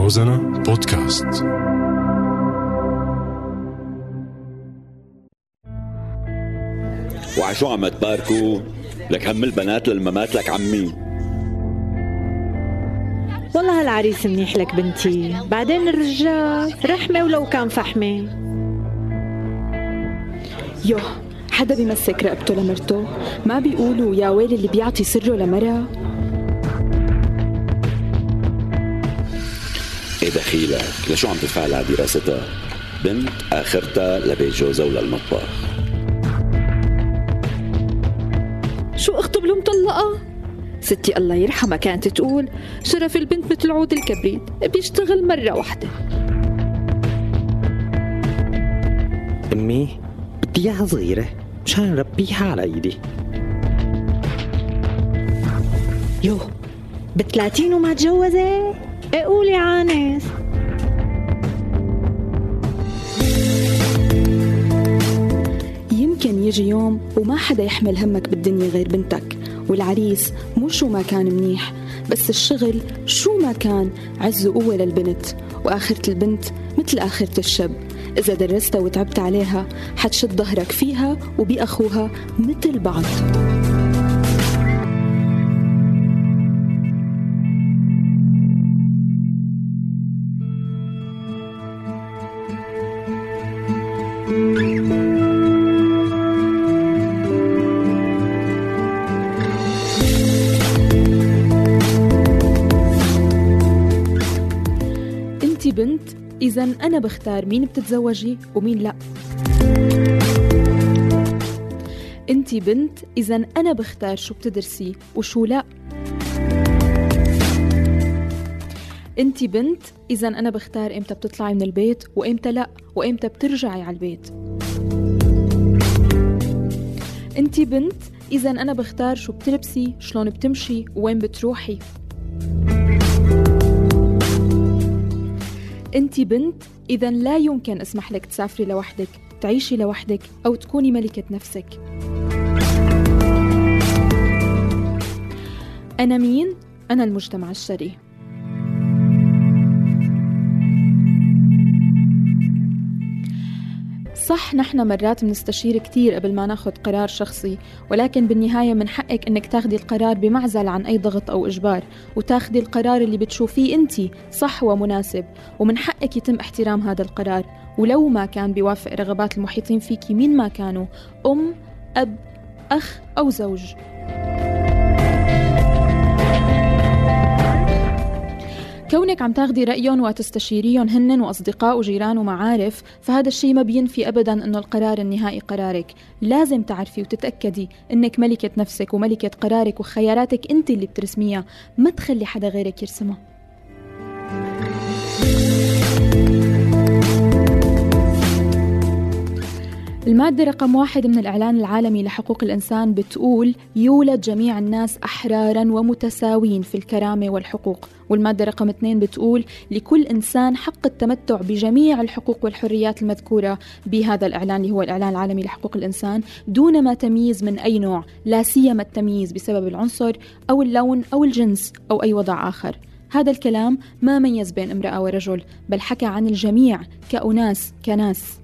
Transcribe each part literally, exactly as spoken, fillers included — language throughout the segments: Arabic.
روزانا بودكاست. وعشو عم تباركوا لك هم البنات للممات لك عمي؟ والله هالعريس منيح لك بنتي، بعدين الرجال رحمة ولو كان فحمة. يوه، حدا بيمسك رقبته لمرته؟ ما بيقولوا يا ويل اللي بيعطي سره لمرة؟ ايه دخيلك؟ لشو عم تدفع لها دراستها؟ بنت آخرتها لبيت جوزها وللمطبخ. شو اخته بلو مطلقة؟ ستي الله يرحمها كانت تقول شرف البنت مثل عود الكبريت، بيشتغل مرة واحدة. أمي بدي إياها صغيرة مشان نربيها على إيدي. يوه بثلاثين وما تجوزت؟ ايه قولي عانس. يمكن يجي يوم وما حدا يحمل همك بالدنيا غير بنتك، والعريس مو شو ما كان منيح، بس الشغل شو ما كان عز وقوة للبنت، وآخرة البنت مثل آخرة الشاب، إذا درستها وتعبت عليها حتشد ظهرك فيها وبأخوها مثل بعض. انتي بنت، إذن أنا بختار مين بتتزوجي ومين لا. انتي بنت، إذن أنا بختار شو بتدرسي وشو لا. انتي بنت، إذن أنا بختار إمتى بتطلعي من البيت وإمتى لا، وإمتى بترجعي على البيت. انتي بنت، إذن أنا بختار شو بتلبسي، شلون بتمشي، وين بتروحي. انتي بنت، إذن لا يمكن اسمح لك تسافري لوحدك، تعيشي لوحدك، أو تكوني ملكة نفسك. أنا مين؟ أنا المجتمع الشرعي. صح نحن مرات منستشير كتير قبل ما ناخد قرار شخصي، ولكن بالنهاية من حقك انك تاخدي القرار بمعزل عن اي ضغط او اجبار، وتاخدي القرار اللي بتشوفيه انتي صح ومناسب، ومن حقك يتم احترام هذا القرار ولو ما كان بيوافق رغبات المحيطين فيكي مين ما كانوا، ام، اب، اخ او زوج. كونك عم تاخدي رأيهم وتستشيريهم هنن وأصدقاء وجيران ومعارف، فهذا الشيء ما بينفي أبداً أنه القرار النهائي قرارك. لازم تعرفي وتتأكدي أنك ملكة نفسك وملكة قرارك وخياراتك أنت اللي بترسميها، ما تخلي حدا غيرك يرسمها. المادة رقم واحد من الإعلان العالمي لحقوق الإنسان بتقول يولد جميع الناس أحراراً ومتساوين في الكرامة والحقوق، والمادة رقم اثنين بتقول لكل إنسان حق التمتع بجميع الحقوق والحريات المذكورة بهذا الإعلان اللي هو الإعلان العالمي لحقوق الإنسان دون ما تمييز من أي نوع، لا سيما التمييز بسبب العنصر أو اللون أو الجنس أو أي وضع آخر. هذا الكلام ما ميز بين امرأة ورجل، بل حكى عن الجميع كأناس كناس.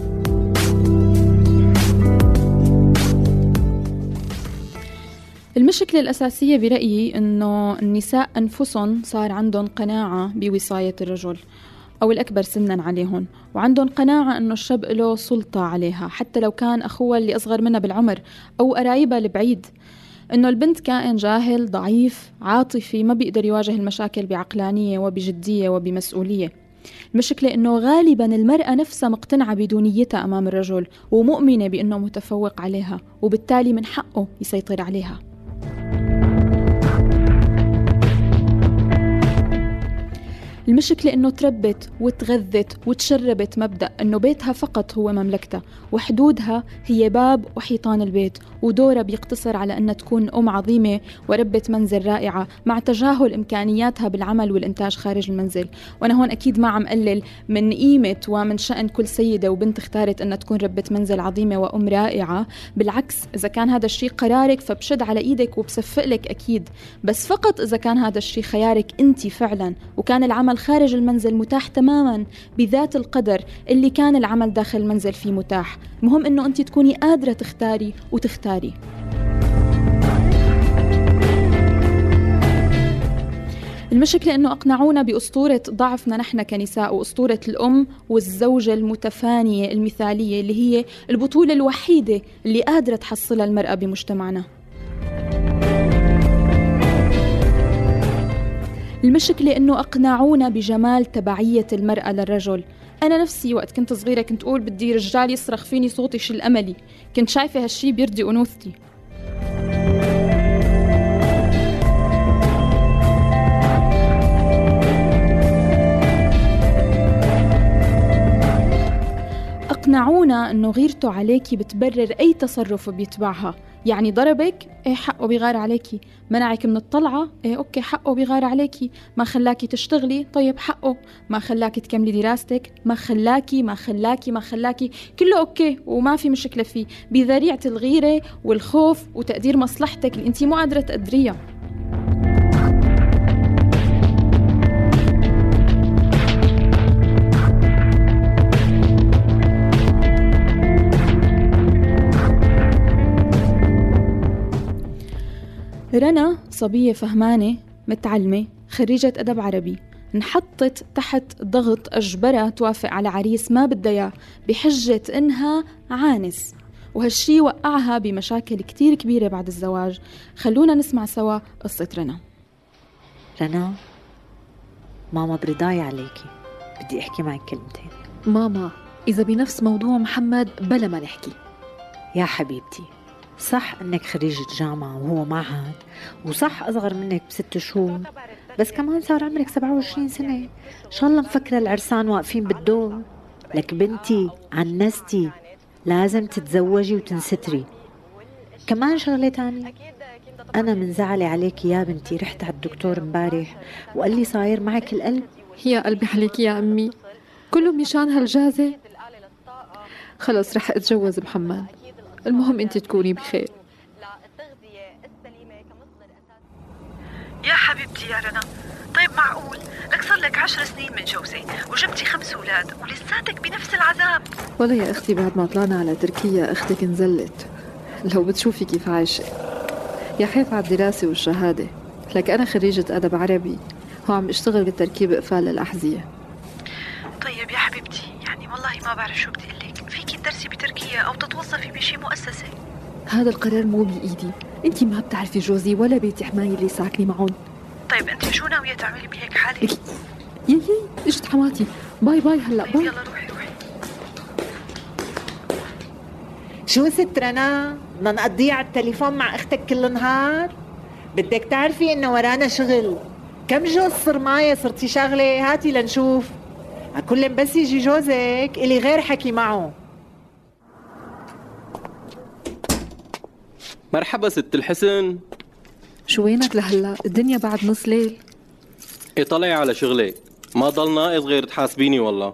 المشكلة الأساسية برأيي أنه النساء أنفسهم صار عندهم قناعة بوصاية الرجل أو الأكبر سناً عليهم، وعندهم قناعة أنه الشاب له سلطة عليها حتى لو كان أخوها اللي أصغر منها بالعمر أو قرايبها البعيد، أنه البنت كائن جاهل ضعيف عاطفي ما بيقدر يواجه المشاكل بعقلانية وبجدية وبمسؤولية. المشكلة أنه غالباً المرأة نفسها مقتنعة بدونيتها أمام الرجل ومؤمنة بأنه متفوق عليها، وبالتالي من حقه يسيطر عليها. المشكلة إنه تربت وتغذت وتشربت مبدأ إنه بيتها فقط هو مملكتها، وحدودها هي باب وحيطان البيت، ودورها بيقتصر على أن تكون أم عظيمة وربة منزل رائعة مع تجاهل إمكانياتها بالعمل والإنتاج خارج المنزل. وأنا هون أكيد ما عم قلل من قيمة ومن شأن كل سيدة وبنت اختارت أن تكون ربة منزل عظيمة وأم رائعة، بالعكس إذا كان هذا الشيء قرارك فبشد على إيدك وبصفق لك أكيد، بس فقط إذا كان هذا الشيء خيارك أنت فعلا وكان العمل خارج المنزل متاح تماماً بذات القدر اللي كان العمل داخل المنزل فيه متاح. المهم إنه أنت تكوني قادرة تختاري وتختاري. المشكلة إنه أقنعونا بأسطورة ضعفنا نحن كنساء، وأسطورة الأم والزوجة المتفانية المثالية اللي هي البطولة الوحيدة اللي قادرة تحصلها المرأة بمجتمعنا. المشكلة إنه أقنعونا بجمال تبعية المرأة للرجل. أنا نفسي وقت كنت صغيرة كنت أقول بدي رجال يصرخ فيني صوتي شل أملي، كنت شايفة هالشي بيرضي أنوثتي. أقنعونا أنه غيرته عليكي بتبرر أي تصرف بيتبعها، يعني ضربك إيه حقه بيغار عليكي، منعك من الطلعة إيه أوكي حقه بيغار عليكي، ما خلاكي تشتغلي طيب حقه، ما خلاكي تكملي دراستك، ما خلاكي ما خلاكي ما خلاكي كله أوكي وما في مشكلة فيه، بذريعة الغيرة والخوف وتقدير مصلحتك اللي أنتي مو قادرة تقدريها. رنا صبية فهمانة متعلمة خريجة أدب عربي، انحطت تحت ضغط أجبرها توافق على عريس ما بدها إياه بحجة إنها عانس، وهالشي وقعها بمشاكل كتير كبيرة بعد الزواج. خلونا نسمع سوا قصة رنا. رنا، ماما برضاي عليكي، بدي أحكي معك كلمتين. ماما إذا بنفس موضوع محمد بلا ما نحكي. يا حبيبتي، صح انك خريجة جامعة وهو معهد، وصح اصغر منك بست شهور، بس كمان صار عمرك سبعة وعشرين سنة، ان شاء الله مفكرة العرسان واقفين بالدور. لك بنتي عنستي، لازم تتزوجي وتنستري. كمان شغلة تانية، انا من زعلي عليك يا بنتي رحت على الدكتور مبارح وقال لي صاير معك القلب. يا قلبي عليك يا امي، كله مشان هالجازة. خلص رح اتجوز محمد، المهم انت تكوني بخير. يا حبيبتي يا رنا، طيب معقول لك صار لك عشر سنين متجوزة وجبتي خمس أولاد ولساتك بنفس العذاب؟ ولا يا أختي بعد ما طلعنا على تركيا أختك انزلت، لو بتشوفي كيف عايشة. يا حيف على الدراسة والشهادة، لك أنا خريجة أدب عربي وعم اشتغل بتركيب إقفال الأحذية. طيب يا حبيبتي، يعني والله ما بعرف شو بدي أقلك، فيكي تدرسي بتركيا أو تتوظفي بشي مؤسسة. هذا القرار مو بإيدي، انتي ما بتعرفي جوزي ولا بيت حماية اللي ساكني معهم. طيب انت شو ناوية تعملي بهيك حالك؟ يي يي اجت حماتي، باي باي هلا. طيب باي. يلا روحي روحي. شو ست رنا، بدنا نقضيها على التليفون مع اختك كل نهار؟ بدك تعرفي انه ورانا شغل. كم جوز صر معي صرتي شغلة؟ هاتي لنشوف. كل بس يجي جوزك إلي غير حكي معه. مرحبا ست الحسن. شو وينك لهلا؟ الدنيا بعد نص ليل. اطلعي على شغلك، ما ضل ناقص غير تحاسبيني والله.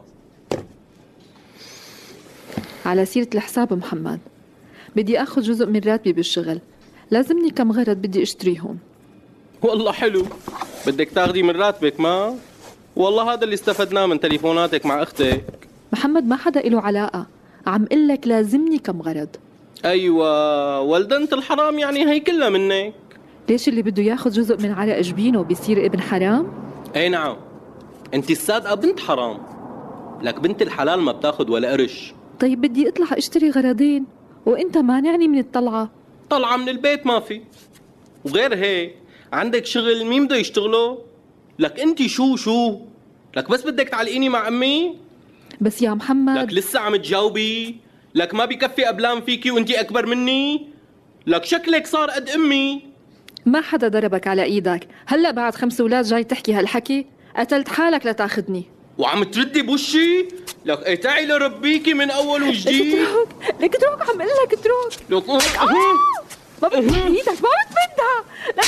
على سيرة الحساب محمد، بدي اخذ جزء من راتبي بالشغل، لازمني كم غرض بدي اشتريهم. والله حلو، بدك تاخدي من راتبك ما؟ والله هذا اللي استفدناه من تليفوناتك مع اختك. محمد ما حدا له علاقة، عم قلك لازمني كم غرض. ايوه ولدنت الحرام، يعني هي كلها منك. ليش اللي بده ياخذ جزء من عرق جبينه بيصير ابن حرام؟ اي نعم، انت الصادقة بنت حرام، لك بنت الحلال ما بتاخذ ولا قرش. طيب بدي اطلع اشتري غرضين وانت مانعني من الطلعة. طلعة من البيت ما في، وغير هيك عندك شغل مين بده يشتغله؟ لك انت شو شو لك بس بدك تعلقيني مع امي؟ بس يا محمد لك لسه عم تجاوبي؟ لك ما بكفي أبلام فيكي وانتي أكبر مني؟ لك شكلك صار قد أمي. ما حدا ضربك على إيدك، هلأ بعد خمس أولاد جاي تحكي هالحكي؟ قتلت حالك لتاخدني وعم تردي بوشي؟ لك اي تعي لربيكي من أول وجديد. لك لك اترك، عم قل لك اترك. لك ما بدي ايدك، ما بتمدها.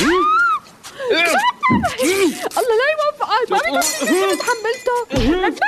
الله لا يوفقك، ما بدي اللي تحملته. لك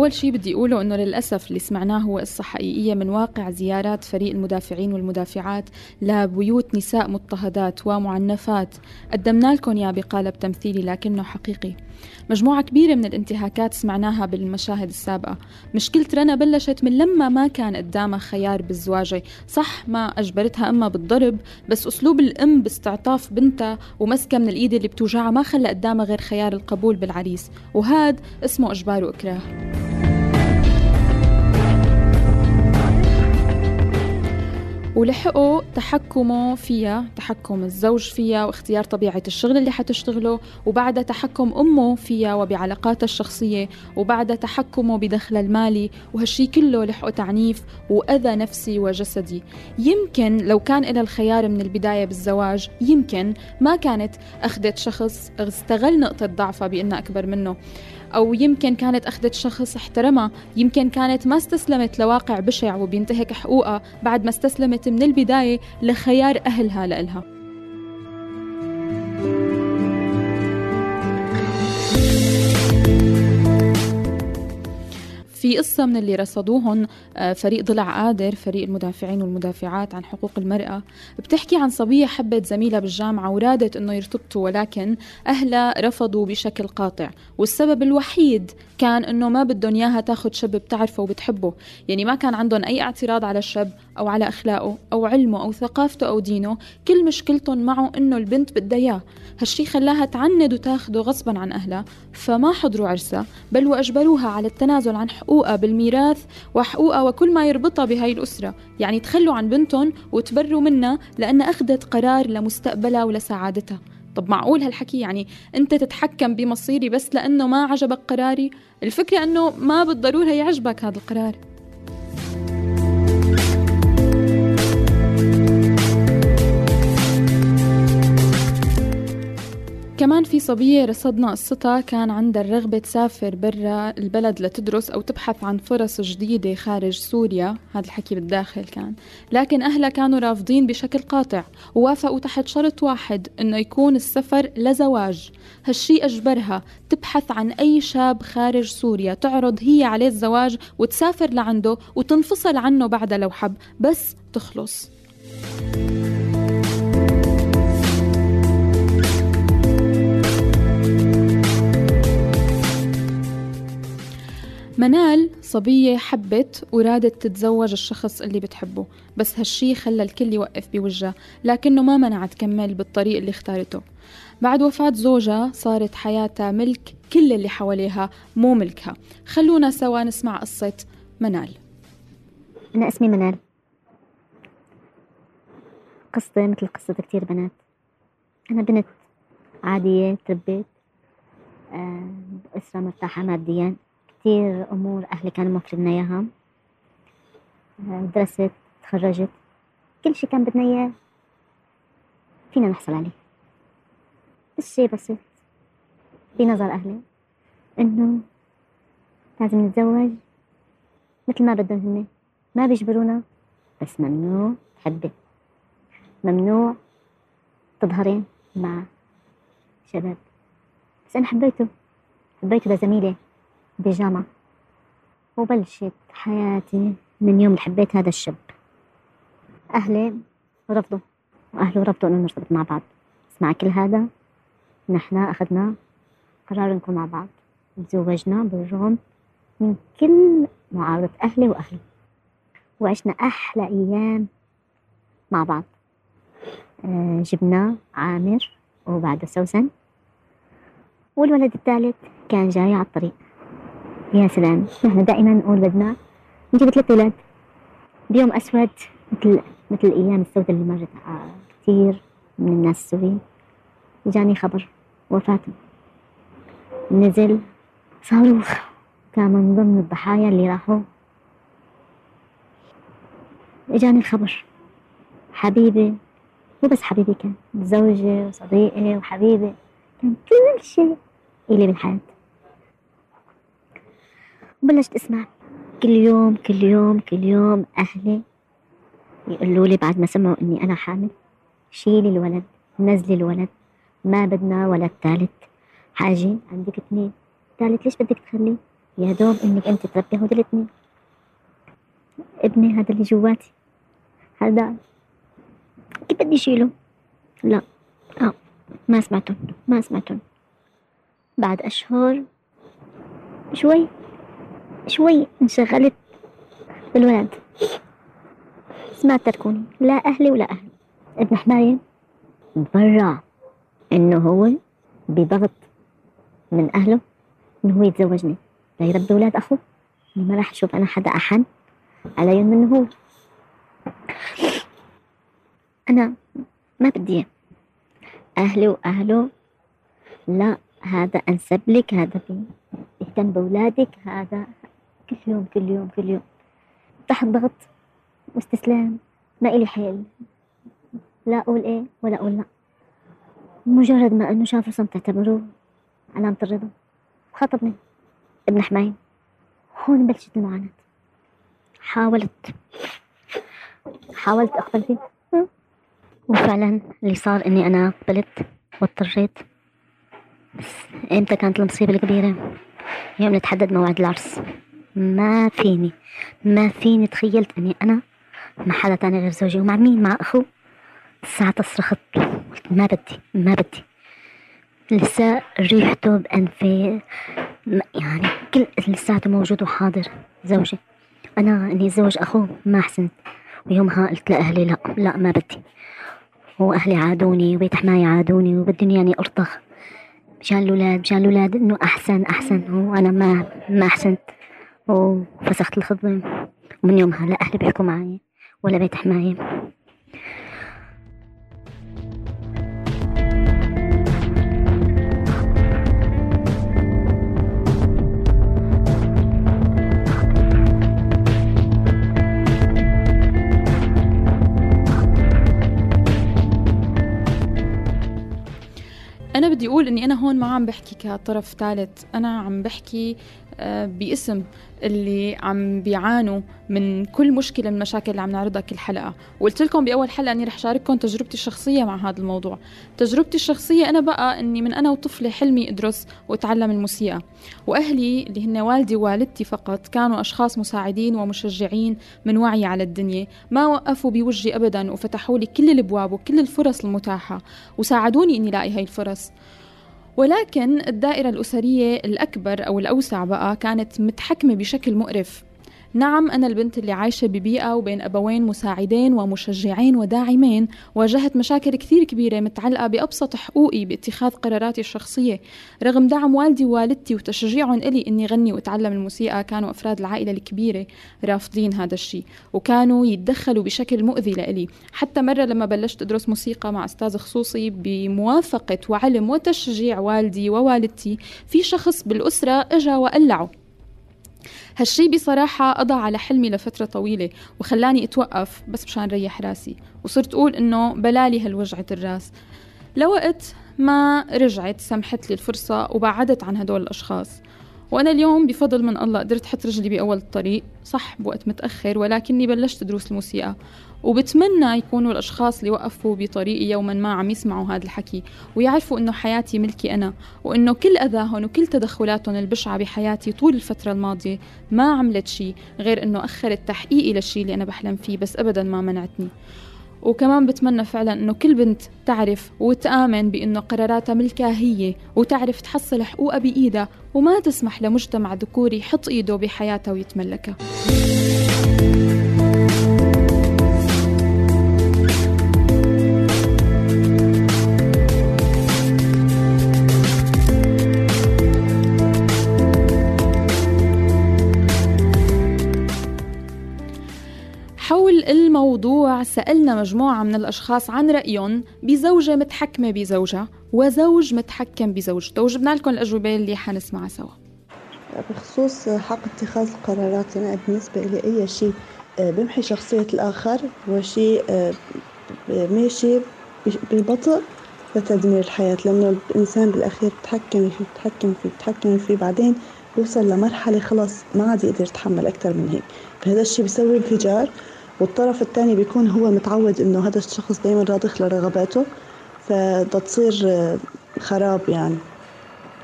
أول شيء بدي أقوله أنه للأسف اللي سمعناه هو قصة حقيقية من واقع زيارات فريق المدافعين والمدافعات لبيوت نساء مضطهدات ومعنفات. قدمنا لكم يا بقالب تمثيلي لكنه حقيقي. مجموعة كبيرة من الانتهاكات سمعناها بالمشاهد السابقة. مشكلة رنا بلشت من لما ما كان قدامها خيار بالزواج. صح ما أجبرتها أمها بالضرب، بس أسلوب الأم باستعطاف بنتها ومسكة من الإيد اللي بتوجعها ما خلى قدامها غير خيار القبول بالعريس، وهذا اسمه إجبار وإكراه. ولحقوا تحكموا فيها، تحكم الزوج فيها واختيار طبيعة الشغل اللي حتشتغله، وبعدها تحكم أمه فيها وبعلاقاتها الشخصية، وبعدها تحكمه بدخل المالي، وهالشي كله لحقوا تعنيف وأذى نفسي وجسدي. يمكن لو كان إلى الخيار من البداية بالزواج يمكن ما كانت أخذت شخص استغل نقطة ضعفها بأنها أكبر منه، أو يمكن كانت أخذت شخص احترمها، يمكن كانت ما استسلمت لواقع بشع وبينتهك حقوقها بعد ما استسلمت من البداية لخيار أهلها لإلها. في قصة من اللي رصدوهن فريق ضلع قادر، فريق المدافعين والمدافعات عن حقوق المرأة، بتحكي عن صبية حبت زميلها بالجامعة ورادت انه يرتبطوا، ولكن اهلها رفضوا بشكل قاطع، والسبب الوحيد كان انه ما بدهم اياها تاخد شاب بتعرفه وبتحبه. يعني ما كان عندهم اي اعتراض على الشاب او على اخلاقه او علمه او ثقافته او دينه، كل مشكلتهم معه انه البنت بدها اياه. هالشي خلاها تعند وتاخده غصبا عن اهلها، فما حضروا عرسها بل واجبروها على التنازل عن حقوقها بالميراث وحقوقها وكل ما يربطها بهاي الأسرة. يعني تخلوا عن بنتهم وتبروا منها لأن أخذت قرار لمستقبلها ولسعادتها. طب معقول هالحكي؟ يعني أنت تتحكم بمصيري بس لأنه ما عجبك قراري؟ الفكرة أنه ما بالضرورة يعجبك هذا القرار. كمان في صبية رصدنا قصتها كان عندها الرغبة تسافر برا البلد لتدرس أو تبحث عن فرص جديدة خارج سوريا، هذا الحكي بالداخل كان، لكن أهلها كانوا رافضين بشكل قاطع ووافقوا تحت شرط واحد إنه يكون السفر لزواج. هالشي أجبرها تبحث عن أي شاب خارج سوريا تعرض هي عليه الزواج وتسافر لعنده وتنفصل عنه بعدها لو حب، بس تخلص. منال صبية حبت ورادت تتزوج الشخص اللي بتحبه، بس هالشي خلى الكل يوقف بوجهها، لكنه ما منع تكمل بالطريق اللي اختارته. بعد وفاة زوجها صارت حياتها ملك كل اللي حواليها، مو ملكها. خلونا سوا نسمع قصة منال. أنا اسمي منال. قصتي مثل قصة كتير بنات. أنا بنت عادية، تربيت بأسرة مرتاحة ماديا، كتير أمور أهلي كانوا موفرين إياها. درست، تخرجت، كل شي كان بدنا إياه فينا نحصل عليه. الشي بسيط بنظر أهلي إنه لازم نتزوج مثل ما بدهم هن، ما بيجبرونا، بس ممنوع تحبي، ممنوع تظهرين مع شباب. بس أنا حبيته، حبيته لزميلي بالجامعة، وبلشت حياتي من يوم اللي حبيت هذا الشاب. أهلي رفضوا، وأهله رفضوا إنه نرتبط مع بعض، بس مع كل هذا نحن أخذنا قرار نكون مع بعض، تزوجنا بالرغم من كل معارضة أهلي وأهلي، وعشنا أحلى أيام مع بعض. أه جبنا عامر وبعده سوسن، والولد الثالث كان جاي على الطريق. يا سلام، نحن دائما نقول بدنا نجيب ثلاث أولاد بيوم أسود، مثل مثل الأيام السوداء اللي مرت على كثير من الناس السوريين. جاني خبر وفاته، نزل صاروخ، كان من ضمن الضحايا اللي راحوا. اجاني الخبر، حبيبي، مو بس حبيبي، كان زوجي وصديقي وحبيبي، كان كل شيء إلي بالحياة. وبلشت اسمع كل يوم كل يوم كل يوم أهلي يقولوا لي بعد ما سمعوا إني أنا حامل: شيلي الولد، نزلي الولد، ما بدنا ولد ثالث. حاجة عندك اثنين، ثالث ليش بدك تخليه؟ يا دوب انك انت تربي هدول الاثنين. ابني هذا اللي جواتي هذا كيف بدي شيله؟ لا اه ما سمعتن ما سمعتن. بعد اشهر شوي شوي انشغلت بالولد، ما تركوني لا اهلي ولا اهلي. ابن حماية برا انه هو بضغط من اهله انه هو يتزوجني ليربي اولاد اخوه. ما راح اشوف انا حدا احن علي منه هو. انا ما بدي اهلي واهله، لا هذا انسب لك، هذا بيهتم باولادك، هذا كل يوم كل يوم كل يوم تحت ضغط واستسلام. ما إلي حيل، لا أقول إيه ولا أقول لا. مجرد ما أنه شافوا صمت تعتبروه علامة الرضا. خطبني ابن حماية، هون بلشت المعاناة. حاولت حاولت أقبل فيه، وفعلا اللي صار إني أنا قبلت واضطريت. بس إمتى كانت المصيبة الكبيرة؟ يوم نتحدد موعد العرس. ما فيني ما فيني تخيلت إني أنا مع حدا تاني غير زوجي. ومع مين؟ مع أخوه. ساعة صرخت قلت ما بدي ما بدي. لسه ريحته بأنفي، يعني كل لساته موجود وحاضر زوجي. أنا إني زوج أخوه ما أحسنت. ويومها قلت لأهلي لا لا ما بدي. وأهلي عادوني وبيت حماية عادوني وبدهم يعني أرضخ مشان الأولاد مشان الأولاد إنه أحسن أحسن. وأنا ما ما أحسنت وفسخت الخطبة. ومن يومها لا أهلي بيحكوا معي ولا بيت حماية. أنا بدي أقول إني أنا هون ما عم بحكي كطرف ثالث، أنا عم بحكي باسم اللي عم بيعانوا من كل مشكلة من المشاكل اللي عم نعرضها كل حلقة. وقلت لكم بأول حلقة أني رح شارككم تجربتي الشخصية مع هذا الموضوع. تجربتي الشخصية أنا بقى أني من أنا وطفلة حلمي أدرس وأتعلم الموسيقى، وأهلي اللي هن والدي ووالدتي فقط كانوا أشخاص مساعدين ومشجعين من وعي على الدنيا، ما وقفوا بوجهي أبدا وفتحوا لي كل الأبواب وكل الفرص المتاحة وساعدوني أني لاقي هاي الفرص. ولكن الدائرة الأسرية الأكبر أو الأوسع بقى كانت متحكمة بشكل مقرف. نعم أنا البنت اللي عايشة ببيئة وبين أبوين مساعدين ومشجعين وداعمين واجهت مشاكل كثير كبيرة متعلقة بأبسط حقوقي باتخاذ قراراتي الشخصية. رغم دعم والدي ووالدتي وتشجيعهم إلي إني غني وأتعلم الموسيقى، كانوا أفراد العائلة الكبيرة رافضين هذا الشيء وكانوا يتدخلوا بشكل مؤذي لإلي. حتى مرة لما بلشت أدرس موسيقى مع أستاذ خصوصي بموافقة وعلم وتشجيع والدي ووالدتي، في شخص بالأسرة إجا وقلعه. هالشي بصراحة قضى على حلمي لفترة طويلة وخلاني اتوقف بس مشان ريح راسي، وصرت أقول إنه بلالي هالوجعة الراس. لوقت ما رجعت سمحت لي الفرصة وبعدت عن هدول الأشخاص. وأنا اليوم بفضل من الله قدرت حط رجلي بأول الطريق، صح بوقت متأخر، ولكني بلشت دروس الموسيقى. وبتمنى يكونوا الأشخاص اللي وقفوا بطريقي يوما ما عم يسمعوا هذا الحكي ويعرفوا إنه حياتي ملكي أنا، وإنه كل أذاهم وكل تدخلاتهم البشعة بحياتي طول الفترة الماضية ما عملت شيء غير إنه أخرت تحقيقي للشيء اللي أنا بحلم فيه، بس أبدا ما منعتني. وكمان بتمنى فعلا إنه كل بنت تعرف وتآمن بإنه قراراتها ملكها هي، وتعرف تحصل حقوقها بإيدها وما تسمح لمجتمع ذكوري يحط إيده بحياتها ويتملكها. حول الموضوع سألنا مجموعة من الأشخاص عن رأيهم بزوجة متحكمة بزوجها وزوج متحكم بزوجته، وجبنا لكم الأجوبة اللي حنسمعها سوا. بخصوص حق اتخاذ القرارات، أنا بالنسبة لي أي شيء بمحي شخصية الآخر وشيء ماشي ببطء لتدمير الحياة، لأنه الإنسان بالأخير بتحكم فيه بتحكم فيه بتحكم فيه بعدين يوصل لمرحلة خلاص ما عاد يقدر يتحمل أكثر من هيك. فهذا الشيء بيسوي انفجار، والطرف الثاني بيكون هو متعود إنه هذا الشخص دايما راضخ لرغباته، فتصير خراب يعني.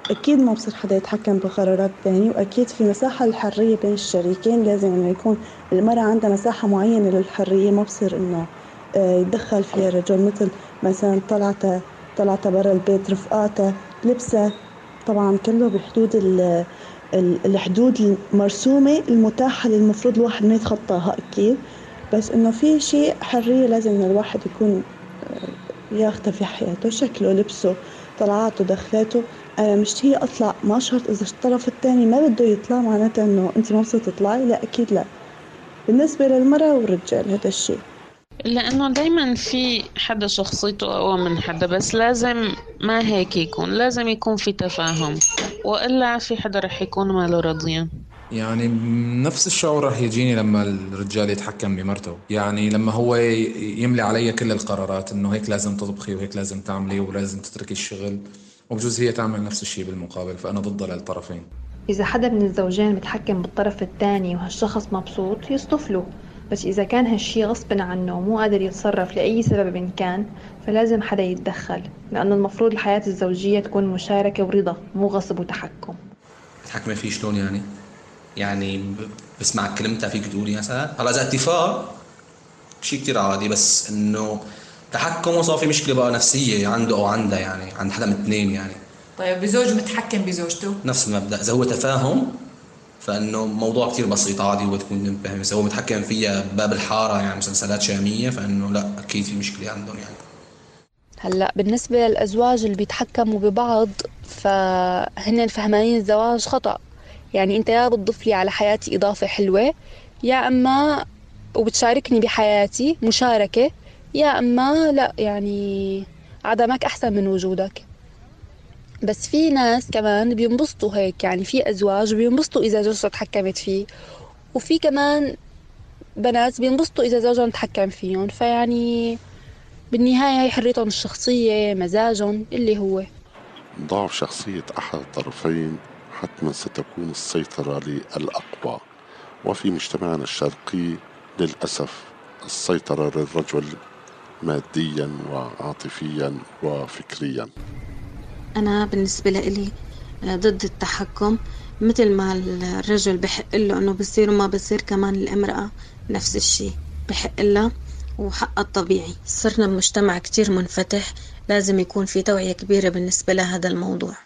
أكيد ما بصير حدا يتحكم بقرارات تاني، وأكيد في مساحة للحرية بين الشريكين. لازم إنه يكون المرأة عندها مساحة معينة للحرية، ما بصير إنه يتدخل فيها الرجل، مثل مثلا طلعت طلعت برا البيت، رفقاتها، لبسها، طبعا كله بحدود ال الحدود المرسومة المتاحة اللي المفروض الواحد ما يتخطاها أكيد. بس إنه في شيء حرية لازم إن الواحد يكون ياخده في حياته، شكله، لبسه، طلعاته، دخلاته. أنا مشتهي أطلع، ما شرط إذا الطرف الثاني ما بده يطلع معناته إنه أنت ما بصير تطلعي، لا أكيد لا. بالنسبة للمرأة والرجال هذا الشيء، لأنه دايما في حدا شخصيته أقوى من حدا، بس لازم ما هيك يكون، لازم يكون في تفاهم، وإلا في حدا رح يكون ما له رضيان. يعني نفس الشعور رح يجيني لما الرجال يتحكم بمرته، يعني لما هو يملي علي كل القرارات إنه هيك لازم تطبخي وهيك لازم تعملي ولازم تتركي الشغل، وبجوز هي تعمل نفس الشيء بالمقابل، فأنا ضد للطرفين. إذا حدا من الزوجين متحكم بالطرف الثاني وهالشخص مبسوط يصطفله، بس إذا كان هالشي غصبا عنه ومو قادر يتصرف لأي سبب إن كان، فلازم حدا يتدخل، لأنه المفروض الحياة الزوجية تكون مشاركة ورضا، مو غصب وتحكم. تحكمي فيه شلون يعني؟ يعني بسمع كلمتها فيك تقولي مثلا هلا إذا اتفاق شيء كتير عادي، بس إنه تحكم وصار في مشكلة بقى نفسية عنده أو عندها، يعني عند حدا من اثنين يعني. طيب بزوج متحكم بزوجته نفس المبدأ، إذا هو تفاهم فإنه موضوع كتير بسيط عادي وتكون فاهم. إذا هو متحكم فيها باب الحارة يعني مسلسلات شامية، فإنه لا أكيد في مشكلة عندهم يعني. هلأ بالنسبة للأزواج اللي بيتحكموا ببعض، فهن فهمانين الزواج خطأ. يعني أنت يا بتضيف لي على حياتي إضافة حلوة، يا أما وبتشاركني بحياتي مشاركة، يا أما لا، يعني عدمك أحسن من وجودك. بس في ناس كمان بينبسطوا هيك، يعني في أزواج بينبسطوا إذا زوجته تحكمت فيه، وفي كمان بنات بينبسطوا إذا زوجهم تحكم فيهم. فيعني بالنهاية هي حريتهم الشخصية، مزاجهم اللي هو. ضعف شخصية أحد الطرفين حتما ستكون السيطرة للأقوى، وفي مجتمعنا الشرقي للأسف السيطرة للرجل ماديا وعاطفيا وفكريا. أنا بالنسبة لي ضد التحكم، مثل ما الرجل بحق له أنه بصير وما بصير، كمان الامرأة نفس الشيء بحق لها وحقها الطبيعي. صرنا بمجتمع كتير منفتح، لازم يكون في توعية كبيرة بالنسبة لهذا الموضوع.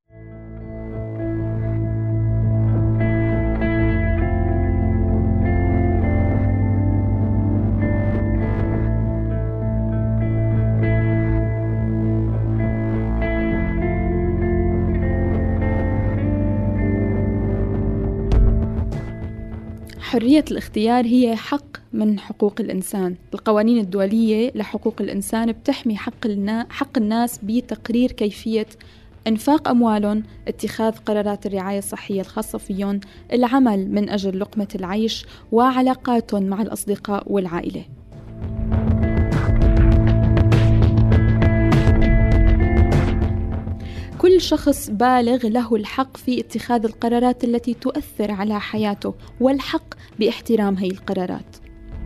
حرية الاختيار هي حق من حقوق الإنسان. القوانين الدولية لحقوق الإنسان بتحمي حق, النا... حق الناس بتقرير كيفية إنفاق أموالهم، اتخاذ قرارات الرعاية الصحية الخاصة فيهم، العمل من أجل لقمة العيش، وعلاقاتهم مع الأصدقاء والعائلة. كل شخص بالغ له الحق في اتخاذ القرارات التي تؤثر على حياته، والحق باحترام هاي القرارات.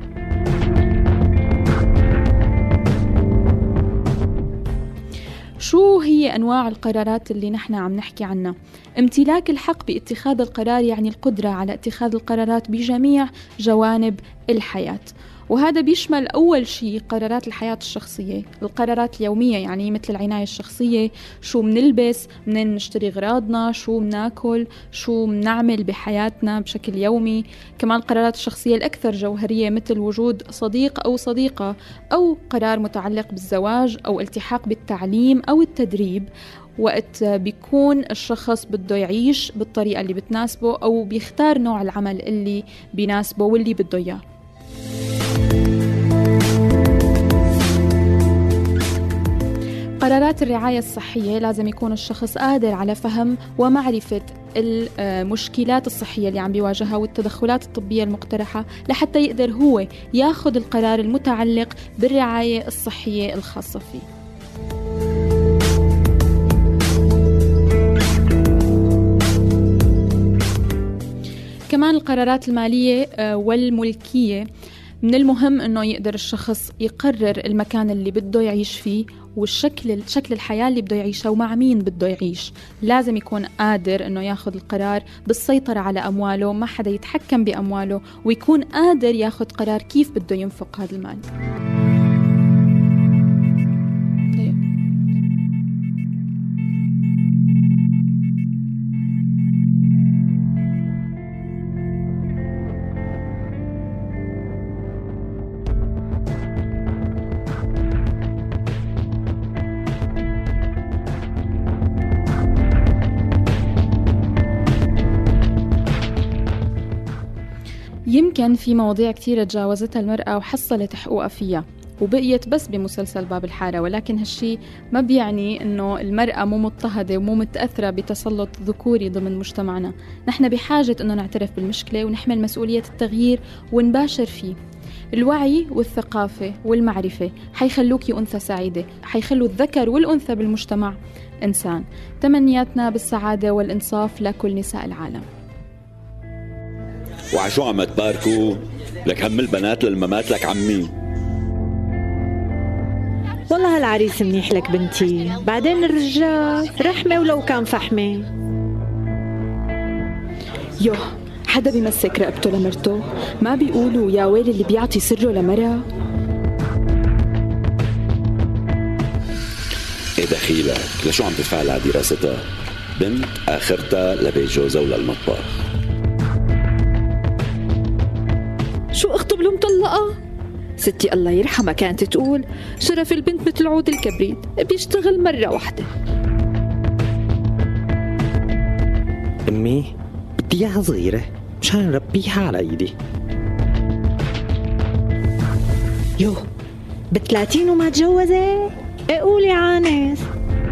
شو هي أنواع القرارات اللي نحن عم نحكي عنها؟ امتلاك الحق باتخاذ القرار يعني القدرة على اتخاذ القرارات بجميع جوانب الحياة، وهذا بيشمل أول شيء قرارات الحياة الشخصية، القرارات اليومية، يعني مثل العناية الشخصية، شو منلبس، منين نشتري غراضنا، شو مناكل، شو منعمل بحياتنا بشكل يومي. كمان القرارات الشخصية الأكثر جوهرية، مثل وجود صديق أو صديقة، أو قرار متعلق بالزواج أو التحاق بالتعليم أو التدريب، وقت بيكون الشخص بده يعيش بالطريقة اللي بتناسبه، أو بيختار نوع العمل اللي بيناسبه واللي بده إياه. قرارات الرعاية الصحية لازم يكون الشخص قادر على فهم ومعرفة المشكلات الصحية اللي عم بيواجهها والتدخلات الطبية المقترحة، لحتى يقدر هو ياخذ القرار المتعلق بالرعاية الصحية الخاصة فيه. كمان القرارات المالية والملكية، من المهم أنه يقدر الشخص يقرر المكان اللي بده يعيش فيه، والشكل شكل الحياة اللي بده يعيشها ومع مين بده يعيش. لازم يكون قادر إنه ياخذ القرار بالسيطرة على أمواله، ما حدا يتحكم بأمواله، ويكون قادر ياخذ قرار كيف بده ينفق هذا المال. يمكن في مواضيع كتيرة تجاوزتها المرأة وحصلت حقوقها فيها وبقيت بس بمسلسل باب الحارة، ولكن هالشي ما بيعني إنه المرأة مو مضطهدة ومو متأثرة بتسلط ذكوري ضمن مجتمعنا. نحن بحاجة إنه نعترف بالمشكلة ونحمل مسؤولية التغيير ونباشر فيه. الوعي والثقافة والمعرفة حيخلوكي أنثى سعيدة، حيخلوا الذكر والأنثى بالمجتمع إنسان. تمنياتنا بالسعادة والإنصاف لكل نساء العالم. وعشو عم تباركوا لك هم البنات للممات لك عمي؟ والله هالعريس منيح لك بنتي، بعدين الرجال رحمة ولو كان فحمة. يوه، حدا بيمسك رقبته لمرته؟ ما بيقولوا يا ويل اللي بيعطي سره لمرة؟ ايه دخيلك؟ لشو عم تدفع على دراستها؟ بنت آخرتها لبيت جوزها وللمطبخ. شو اخطب له مطلقة؟ ستي الله يرحمها كانت تقول شرف البنت مثل عود الكبريت، بيشتغل مرة واحدة. أمي بدي إياها صغيرة مشان نربيها على إيدي. يو بثلاثين وما تجوزت؟ ايه قولي عانس.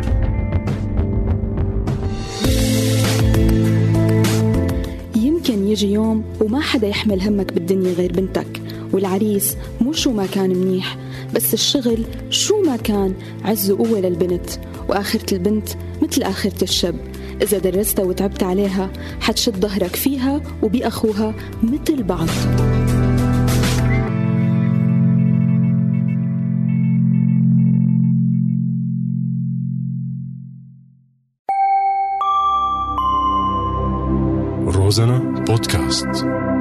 يمكن يجي يوم وما حدا يحمل همك بالدنيا غير بنتك، والعريس مو شو ما كان منيح، بس الشغل شو ما كان عز وقوة للبنت، وآخرة البنت مثل آخرة الشاب. إذا درستها وتعبت عليها حتشد ظهرك فيها وبأخوها مثل بعض. روزانا بودكاست.